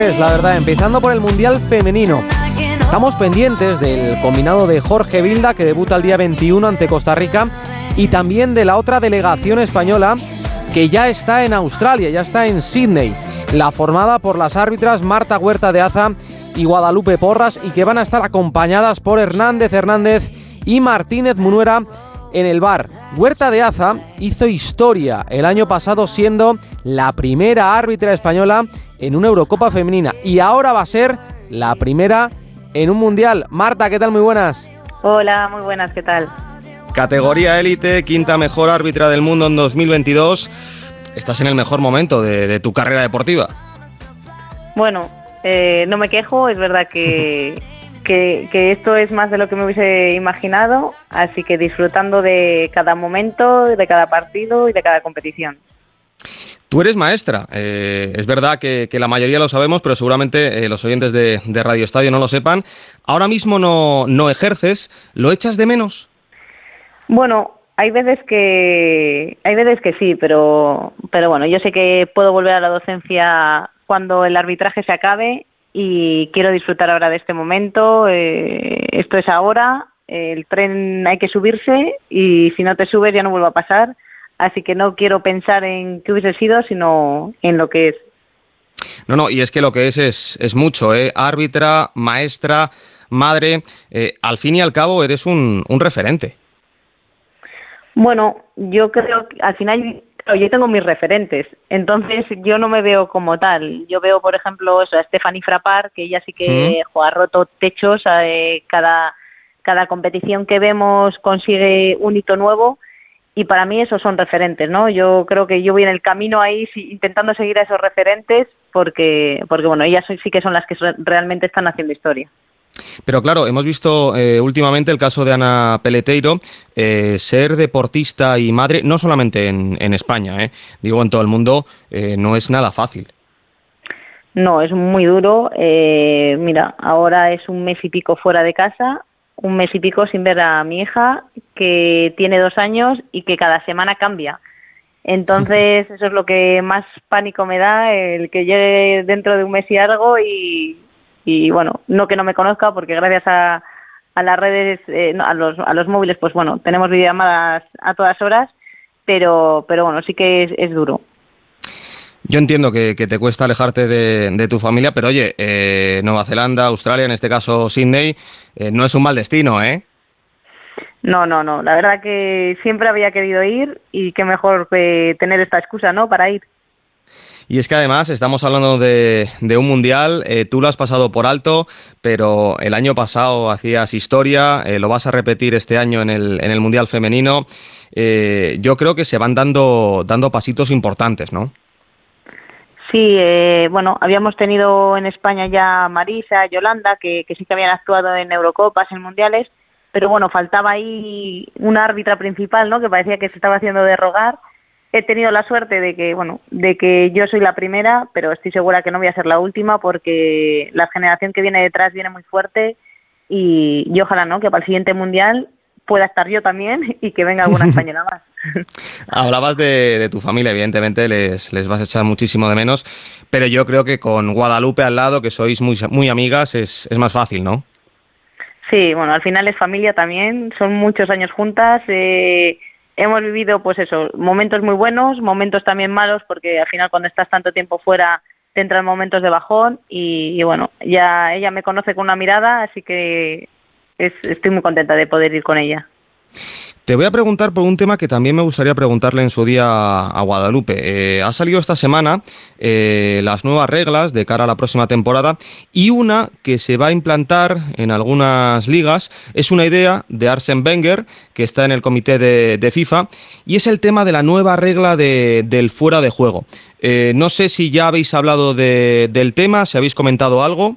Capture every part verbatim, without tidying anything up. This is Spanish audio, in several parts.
Es la verdad, empezando por el Mundial Femenino. Estamos pendientes del combinado de Jorge Vilda, que debuta el día veintiuno ante Costa Rica, y también de la otra delegación española que ya está en Australia, ya está en Sydney, la formada por las árbitras Marta Huerta de Aza y Guadalupe Porras, y que van a estar acompañadas por Hernández Hernández y Martínez Munuera en el V A R. Huerta de Aza hizo historia el año pasado siendo la primera árbitra española en una Eurocopa femenina, y ahora va a ser la primera en un Mundial. Marta, ¿qué tal? Muy buenas. Hola, muy buenas, ¿qué tal? Categoría élite, quinta mejor árbitra del mundo en dos mil veintidós. Estás en el mejor momento de, de tu carrera deportiva. Bueno, eh, no me quejo, es verdad que, que, que esto es más de lo que me hubiese imaginado, así que disfrutando de cada momento, de cada partido y de cada competición. Tú eres maestra, eh, es verdad que, que la mayoría lo sabemos, pero seguramente eh, los oyentes de, de Radio Estadio no lo sepan. Ahora mismo no, no ejerces, ¿lo echas de menos? Bueno, hay veces que hay veces que sí, pero pero bueno, yo sé que puedo volver a la docencia cuando el arbitraje se acabe y quiero disfrutar ahora de este momento. Eh, esto es ahora, el tren hay que subirse y si no te subes ya no vuelve a pasar. Así que no quiero pensar en qué hubiese sido, sino en lo que es. No, no, y es que lo que es es, es mucho, ¿eh? Árbitra, maestra, madre, eh, al fin y al cabo eres un, un referente. Bueno, yo creo que al final yo tengo mis referentes, entonces yo no me veo como tal. Yo veo, por ejemplo, eso, a Stephanie Frappart, que ella sí que ¿Mm? ha roto techos, eh, cada, cada competición que vemos consigue un hito nuevo. Y para mí esos son referentes, ¿no? Yo creo que yo voy en el camino ahí sí, intentando seguir a esos referentes porque, porque bueno, ellas sí que son las que realmente están haciendo historia. Pero claro, hemos visto eh, últimamente el caso de Ana Peleteiro, eh, ser deportista y madre, no solamente en, en España, eh, digo en todo el mundo, eh, no es nada fácil. No, es muy duro. Eh, mira, ahora es un mes y pico fuera de casa, un mes y pico sin ver a mi hija, que tiene dos años y que cada semana cambia. Entonces, eso es lo que más pánico me da, el que llegue dentro de un mes y algo y, y bueno, no que no me conozca, porque gracias a, a las redes, eh, no, a los a los móviles, pues bueno, tenemos videollamadas a todas horas, pero pero bueno, sí que es, es duro. Yo entiendo que, que te cuesta alejarte de, de tu familia, pero oye, eh, Nueva Zelanda, Australia, en este caso Sydney, eh, no es un mal destino, ¿eh? No, no, no. La verdad que siempre había querido ir y qué mejor que tener esta excusa, ¿no?, para ir. Y es que además estamos hablando de, de un mundial, eh, tú lo has pasado por alto, pero el año pasado hacías historia, eh, lo vas a repetir este año en el, en el mundial femenino. Eh, yo creo que se van dando, dando pasitos importantes, ¿no? Sí, eh, bueno, habíamos tenido en España ya Marisa, Yolanda, que, que sí que habían actuado en Eurocopas, en Mundiales, pero bueno, faltaba ahí una árbitra principal, ¿no?, que parecía que se estaba haciendo de rogar. He tenido la suerte de que, bueno, de que yo soy la primera, pero estoy segura que no voy a ser la última porque la generación que viene detrás viene muy fuerte y, y ojalá, ¿no?, que para el siguiente Mundial pueda estar yo también y que venga alguna española más. Hablabas de, de tu familia, evidentemente les, les vas a echar muchísimo de menos, pero yo creo que con Guadalupe al lado, que sois muy, muy amigas, es, es más fácil, ¿no? Sí, bueno, al final es familia también, son muchos años juntas, eh, hemos vivido, pues eso, momentos muy buenos, momentos también malos, porque al final cuando estás tanto tiempo fuera te entran momentos de bajón y, y bueno, ya ella me conoce con una mirada, así que es, estoy muy contenta de poder ir con ella. Te voy a preguntar por un tema que también me gustaría preguntarle en su día a Guadalupe. Eh, ha salido esta semana eh, las nuevas reglas de cara a la próxima temporada y una que se va a implantar en algunas ligas es una idea de Arsène Wenger, que está en el comité de, de FIFA, y es el tema de la nueva regla de, del fuera de juego. Eh, no sé si ya habéis hablado de, del tema, si habéis comentado algo.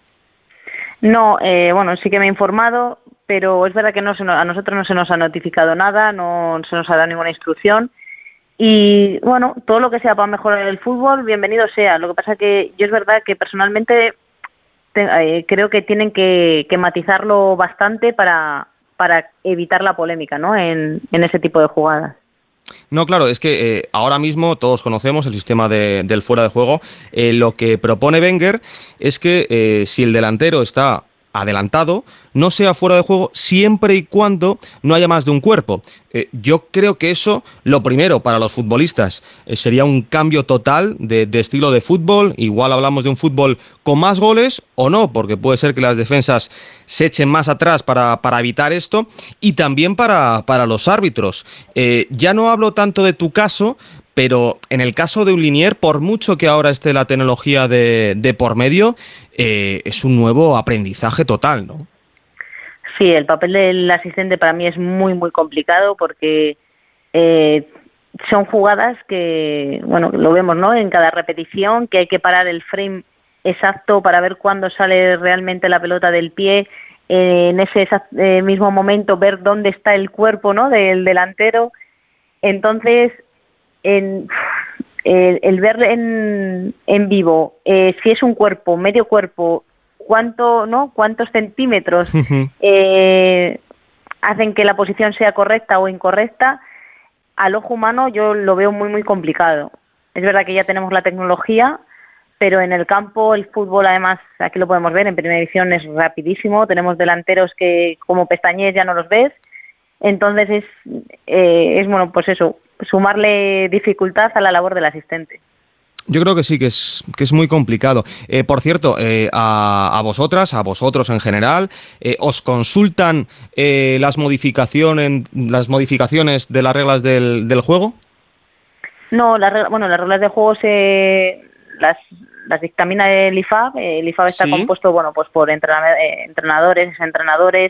No, eh, bueno, sí que me he informado, pero es verdad que no se nos, a nosotros no se nos ha notificado nada, no se nos ha dado ninguna instrucción y bueno, todo lo que sea para mejorar el fútbol, bienvenido sea. Lo que pasa que yo es verdad que personalmente te, eh, creo que tienen que, que matizarlo bastante para, para evitar la polémica, ¿no?, en, en ese tipo de jugadas. No, claro, es que eh, ahora mismo todos conocemos el sistema de, del fuera de juego. Eh, lo que propone Wenger es que eh, si el delantero está adelantado, no sea fuera de juego siempre y cuando no haya más de un cuerpo. Eh, yo creo que eso, lo primero, para los futbolistas, eh, sería un cambio total de, de estilo de fútbol. Igual hablamos de un fútbol con más goles o no, porque puede ser que las defensas se echen más atrás para, para evitar esto, y también para, para los árbitros. Eh, ya no hablo tanto de tu caso, pero en el caso de un linier, por mucho que ahora esté la tecnología de, de por medio, eh, es un nuevo aprendizaje total, ¿no? Sí, el papel del asistente para mí es muy, muy complicado porque eh, son jugadas que, bueno, lo vemos, ¿no? En cada repetición, que hay que parar el frame exacto para ver cuándo sale realmente la pelota del pie, eh, en ese eh, mismo momento ver dónde está el cuerpo, ¿no? Del delantero. Entonces, en, el, el ver en, en vivo eh, si es un cuerpo, medio cuerpo, cuánto, ¿no? Cuántos centímetros eh, hacen que la posición sea correcta o incorrecta, al ojo humano yo lo veo muy muy complicado. Es verdad que ya tenemos la tecnología, pero en el campo el fútbol, además, aquí lo podemos ver, en primera división es rapidísimo, tenemos delanteros que como pestañees ya no los ves, entonces es, eh, es bueno, pues eso, sumarle dificultad a la labor del asistente. Yo creo que sí, que es, que es muy complicado. Eh, por cierto, eh, a, a vosotras, a vosotros en general, eh, ¿os consultan eh, las, modificaciones, las modificaciones de las reglas del, del juego? No, las reglas, bueno, las reglas de juego se las, las dictamina el I F A B. El I F A B está ¿Sí? compuesto, bueno, pues por entrenadores, entrenadores, entrenadores.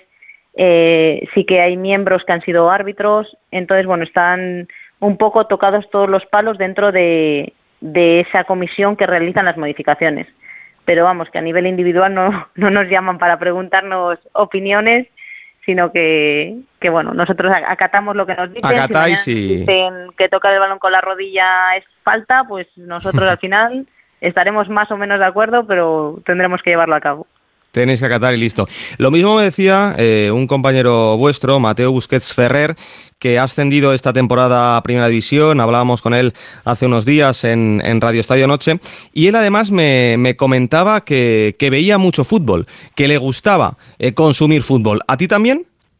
Eh, sí que hay miembros que han sido árbitros. Entonces, bueno, están un poco tocados todos los palos dentro de de esa comisión que realizan las modificaciones. Pero vamos, que a nivel individual no, no nos llaman para preguntarnos opiniones, sino que, que bueno, nosotros acatamos lo que nos dicen. Acatáis si y... dicen que tocar el balón con la rodilla es falta, pues nosotros al final estaremos más o menos de acuerdo, pero tendremos que llevarlo a cabo. Tenéis que acatar y listo. Lo mismo me decía eh, un compañero vuestro, Mateo Busquets Ferrer, que ha ascendido esta temporada a Primera División. Hablábamos con él hace unos días en, en Radio Estadio Noche, y él además me, me comentaba que, que veía mucho fútbol, que le gustaba eh, consumir fútbol. ¿A ti también?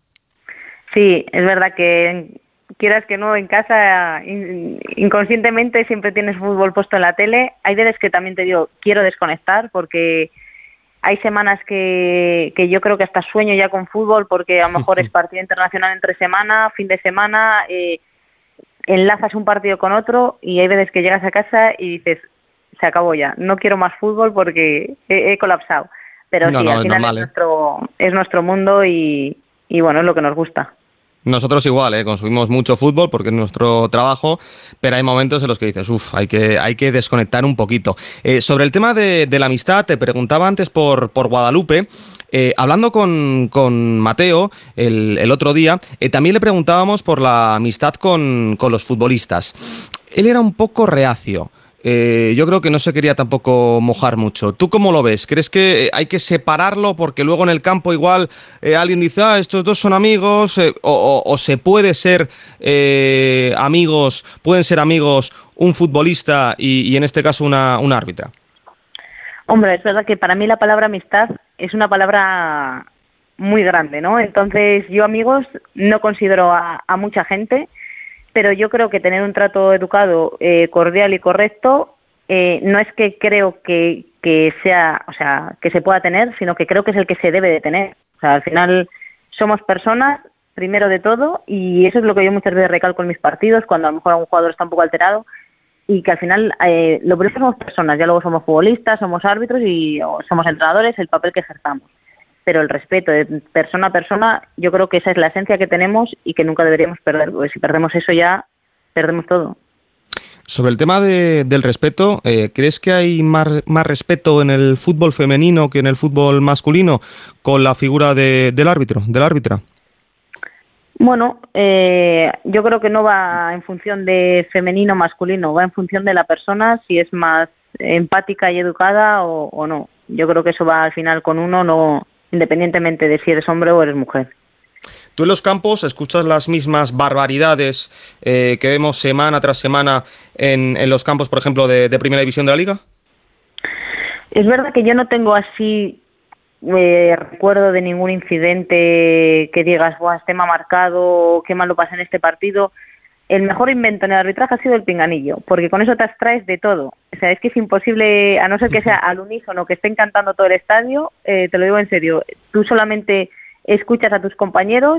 Sí, es verdad que quieras que no, en casa in, inconscientemente siempre tienes fútbol puesto en la tele. Hay veces que también te digo, quiero desconectar porque hay semanas que, que yo creo que hasta sueño ya con fútbol porque a lo mejor es partido internacional entre semana, fin de semana, eh, enlazas un partido con otro y hay veces que llegas a casa y dices, se acabó ya, no quiero más fútbol porque he, he colapsado. Pero no, sí, no, al final normal, es, nuestro, ¿eh? es nuestro mundo y, y bueno, es lo que nos gusta. Nosotros igual, ¿eh? Consumimos mucho fútbol porque es nuestro trabajo, pero hay momentos en los que dices, uff, hay que, hay que desconectar un poquito. Eh, sobre el tema de, de la amistad, te preguntaba antes por, por Guadalupe, eh, hablando con, con Mateo el, el otro día, eh, también le preguntábamos por la amistad con, con los futbolistas. Él era un poco reacio. Eh, yo creo que no se quería tampoco mojar mucho. ¿Tú cómo lo ves? ¿Crees que hay que separarlo porque luego en el campo igual eh, alguien dice, ah, estos dos son amigos, eh, o, o, o se puede ser eh, amigos, pueden ser amigos un futbolista y, y en este caso una, una árbitra? Hombre, es verdad que para mí la palabra amistad es una palabra muy grande, ¿no? Entonces yo amigos no considero a, a mucha gente, pero yo creo que tener un trato educado, eh, cordial y correcto, eh, no es que creo que, que sea, o sea, que se pueda tener, sino que creo que es el que se debe de tener. O sea, al final somos personas, primero de todo, y eso es lo que yo muchas veces recalco en mis partidos, cuando a lo mejor algún jugador está un poco alterado, y que al final eh, lo primero somos personas, ya luego somos futbolistas, somos árbitros y somos entrenadores, el papel que ejerzamos. Pero el respeto de persona a persona, yo creo que esa es la esencia que tenemos y que nunca deberíamos perder, porque si perdemos eso ya perdemos todo. Sobre el tema de, del respeto, eh, ¿crees que hay más, más respeto en el fútbol femenino que en el fútbol masculino con la figura de, del árbitro, de la árbitra? Bueno, eh, yo creo que no va en función de femenino o masculino, va en función de la persona, si es más empática y educada o, o no. Yo creo que eso va al final con uno, no independientemente de si eres hombre o eres mujer. ¿Tú en los campos escuchas las mismas barbaridades eh, que vemos semana tras semana en, en los campos, por ejemplo, de, de Primera División de la Liga? Es verdad que yo no tengo así eh, recuerdo de ningún incidente que digas, Buah, este me ha marcado, qué mal lo pasé en este partido. El mejor invento en el arbitraje ha sido el pinganillo, porque con eso te abstraes de todo. O sea, es que es imposible, a no ser que sea al unísono, que estén cantando todo el estadio, eh, te lo digo en serio, tú solamente escuchas a tus compañeros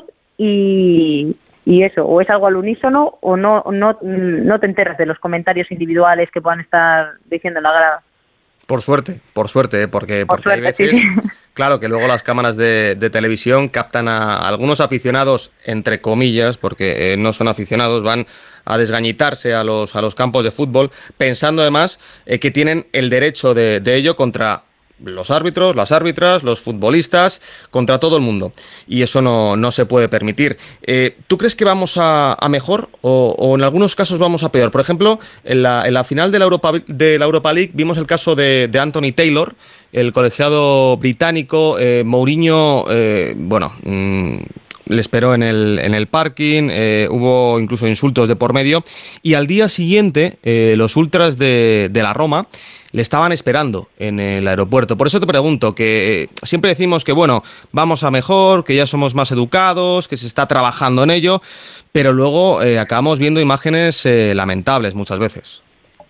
y, y eso, o es algo al unísono o no, no, no te enteras de los comentarios individuales que puedan estar diciendo en la grada. Por suerte, por suerte, ¿eh? porque, Por porque suerte, hay veces, sí. claro, que luego las cámaras de, de televisión captan a algunos aficionados, entre comillas, porque eh, no son aficionados, van a desgañitarse a los, a los campos de fútbol, pensando además eh, que tienen el derecho de, de ello contra los árbitros, las árbitras, los futbolistas, contra todo el mundo. Y eso no, no se puede permitir. Eh, ¿Tú crees que vamos a, a mejor o, o en algunos casos vamos a peor? Por ejemplo, en la, en la final de la, Europa, de la Europa League vimos el caso de, de Anthony Taylor, el colegiado británico. eh, Mourinho, eh, bueno... Mmm, le esperó en el, en el parking, eh, hubo incluso insultos de por medio, y al día siguiente eh, los ultras de, de la Roma le estaban esperando en el aeropuerto. Por eso te pregunto, que eh, siempre decimos que bueno, vamos a mejor, que ya somos más educados, que se está trabajando en ello, pero luego eh, acabamos viendo imágenes eh, lamentables muchas veces.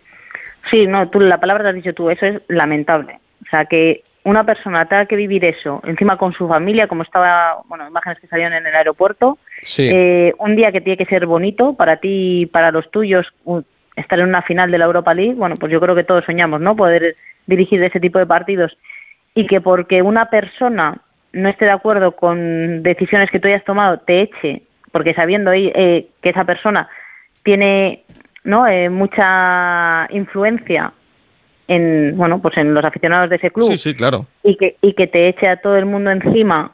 Sí, no, tú la palabra que has dicho tú, eso es lamentable. O sea, que una persona tenga que vivir eso, encima con su familia, como estaba, bueno, imágenes que salieron en el aeropuerto, sí. eh, un día que tiene que ser bonito para ti y para los tuyos, un, estar en una final de la Europa League, bueno, pues yo creo que todos soñamos, ¿no?, poder dirigir ese tipo de partidos, y que porque una persona no esté de acuerdo con decisiones que tú hayas tomado, te eche, porque sabiendo eh, que esa persona tiene, ¿no?, eh, mucha influencia en, bueno, pues en los aficionados de ese club. Sí, sí, claro. Y que, y que te eche a todo el mundo encima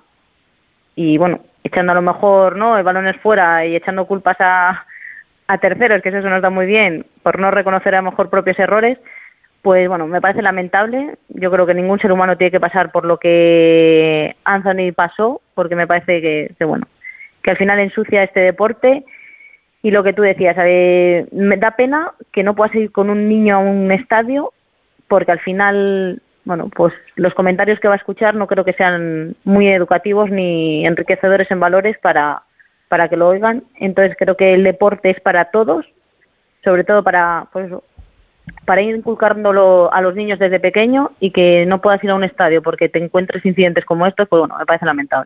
y, bueno, echando a lo mejor, ¿no?, el balones fuera y echando culpas a, a terceros, que eso nos da muy bien, por no reconocer a lo mejor propios errores, pues, bueno, me parece lamentable. Yo creo que ningún ser humano tiene que pasar por lo que Anthony pasó, porque me parece que, que bueno, que al final ensucia este deporte. Y lo que tú decías, eh, me da pena que no puedas ir con un niño a un estadio, porque al final, bueno, pues los comentarios que va a escuchar no creo que sean muy educativos ni enriquecedores en valores para, para que lo oigan. Entonces creo que el deporte es para todos, sobre todo para, pues, para ir inculcándolo a los niños desde pequeño, y que no puedas ir a un estadio porque te encuentres incidentes como estos, pues bueno, me parece lamentable.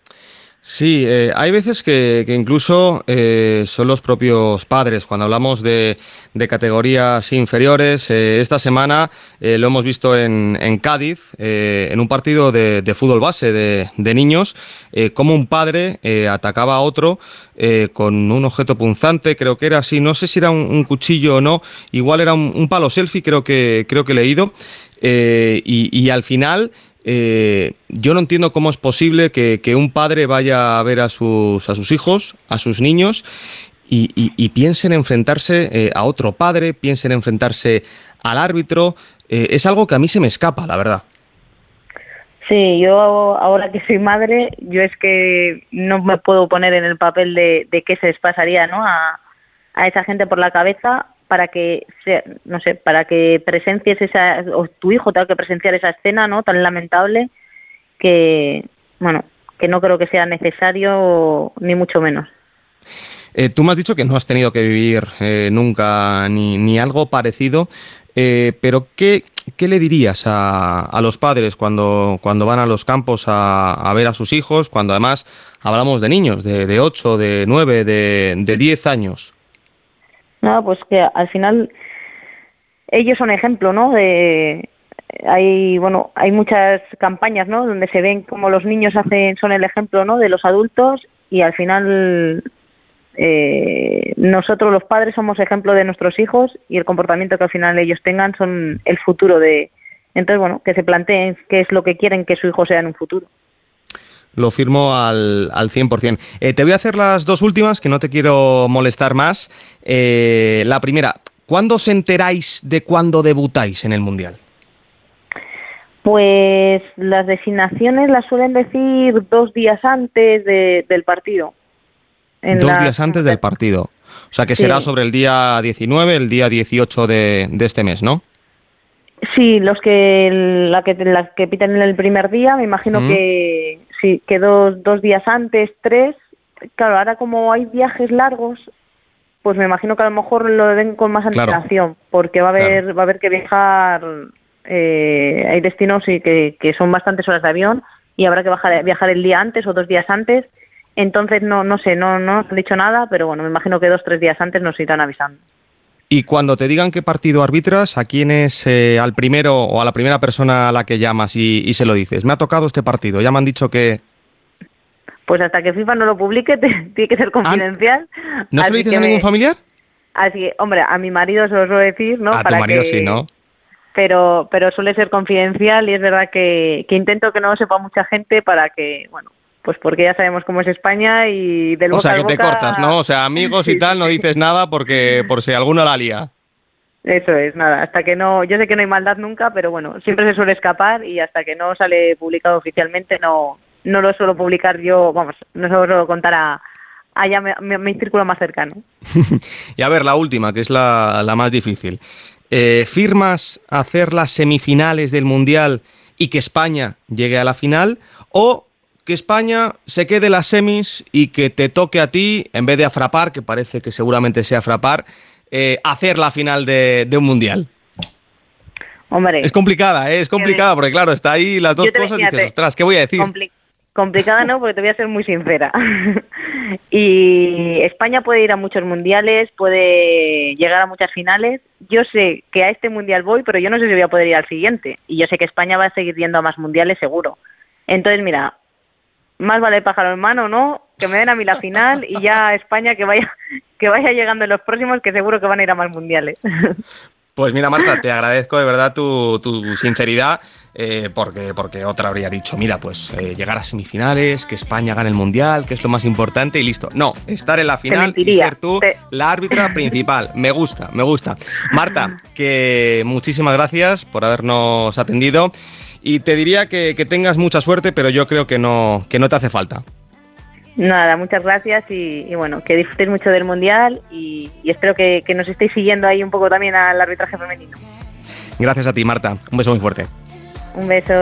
Sí, eh, hay veces que, que incluso eh, son los propios padres. Cuando hablamos de, de categorías inferiores, eh, esta semana eh, lo hemos visto en, en Cádiz, eh, en un partido de, de fútbol base de, de niños, eh, como un padre eh, atacaba a otro eh, con un objeto punzante, creo que era así, no sé si era un, un cuchillo o no, igual era un, un palo selfie, creo que, creo que he leído, eh, y, y al final... Eh, yo no entiendo cómo es posible que, que un padre vaya a ver a sus, a sus hijos, a sus niños, y, y, y piensen enfrentarse eh, a otro padre, piensen enfrentarse al árbitro. Eh, es algo que a mí se me escapa, la verdad. Sí, yo ahora que soy madre, yo es que no me puedo poner en el papel de, de qué se les pasaría, ¿no?, a, a esa gente por la cabeza, para que, no sé, para que presencies esa, o tu hijo tenga que presenciar esa escena, ¿no?, tan lamentable, que, bueno, que no creo que sea necesario, ni mucho menos. Eh, tú me has dicho que no has tenido que vivir eh, nunca ni, ni algo parecido, eh, pero ¿qué, qué le dirías a, a los padres cuando, cuando van a los campos a, a ver a sus hijos, cuando además hablamos de niños de, de ocho, de nueve, de, de diez años? No, pues que al final ellos son ejemplo, ¿no? De, hay, bueno, hay muchas campañas, ¿no?, donde se ven como los niños hacen, son el ejemplo, ¿no?, de los adultos, y al final eh, nosotros los padres somos ejemplo de nuestros hijos, y el comportamiento que al final ellos tengan son el futuro de... Entonces, bueno, que se planteen qué es lo que quieren que su hijo sea en un futuro. Lo firmo al, al cien por ciento. Eh, te voy a hacer las dos últimas, que no te quiero molestar más. Eh, la primera, ¿cuándo os enteráis de cuándo debutáis en el Mundial? Pues las designaciones las suelen decir dos días antes de, del partido. En dos la... días antes del partido. O sea que sí. Será sobre el día diecinueve, el día dieciocho de, de este mes, ¿no? Sí, los que la que las que pitan en el primer día, me imagino mm. que sí, que dos, dos días antes, tres. Claro, ahora como hay viajes largos, pues me imagino que a lo mejor lo den con más antelación, claro. porque va a haber claro. va a haber que viajar. Eh, hay destinos y que, que son bastantes horas de avión y habrá que bajar, viajar el día antes o dos días antes. Entonces no no sé, no no han dicho nada, pero bueno, me imagino que dos tres días antes nos irán avisando. Y cuando te digan qué partido arbitras, ¿a quién es eh, al primero o a la primera persona a la que llamas y, y se lo dices? Me ha tocado este partido, ya me han dicho que... Pues hasta que FIFA no lo publique, te, tiene que ser confidencial. ¿Ah? ¿No se lo dices a ningún me... familiar? Así que, hombre, a mi marido se lo suelo decir, ¿no? A Para tu marido que... sí, ¿no? Pero, pero suele ser confidencial y es verdad que, que intento que no lo sepa mucha gente para que, bueno, pues porque ya sabemos cómo es España y del boca O sea, que boca... te cortas, ¿no? O sea, amigos y tal, no dices nada porque por si alguno la lía. Eso es, nada, hasta que no... Yo sé que no hay maldad nunca, pero bueno, siempre se suele escapar y hasta que no sale publicado oficialmente no no lo suelo publicar yo, vamos, no se lo suelo contar a, a ya mi, mi, mi círculo más cercano. Y a ver, la última, que es la, la más difícil. Eh, ¿Firmas hacer las semifinales del Mundial y que España llegue a la final? ¿O que España se quede las semis y que te toque a ti, en vez de a frapar, que parece que seguramente sea frapar, eh, hacer la final de, de un Mundial? Hombre, es complicada, ¿eh? Es complicada, porque claro, está ahí las dos te, cosas y fíjate, dices, ostras, ¿qué voy a decir? Compli- complicada no, porque te voy a ser muy sincera. Y España puede ir a muchos mundiales, puede llegar a muchas finales. Yo sé que a este mundial voy, pero yo no sé si voy a poder ir al siguiente. Y yo sé que España va a seguir yendo a más mundiales seguro. Entonces, mira, más vale pájaro en mano, ¿no? Que me den a mí la final y ya España que vaya que vaya llegando en los próximos, que seguro que van a ir a más mundiales. Pues mira, Marta, te agradezco de verdad tu, tu sinceridad, eh, porque, porque otra habría dicho, mira, pues eh, llegar a semifinales, que España gane el Mundial, que es lo más importante y listo. No, estar en la final y ser tú te... la árbitra principal. Me gusta, me gusta. Marta, que muchísimas gracias por habernos atendido y te diría que, que tengas mucha suerte, pero yo creo que no, que no te hace falta. Nada, muchas gracias y, y bueno, que disfrutéis mucho del Mundial y, y espero que, que nos estéis siguiendo ahí un poco también al arbitraje femenino. Gracias a ti, Marta. Un beso muy fuerte. Un beso.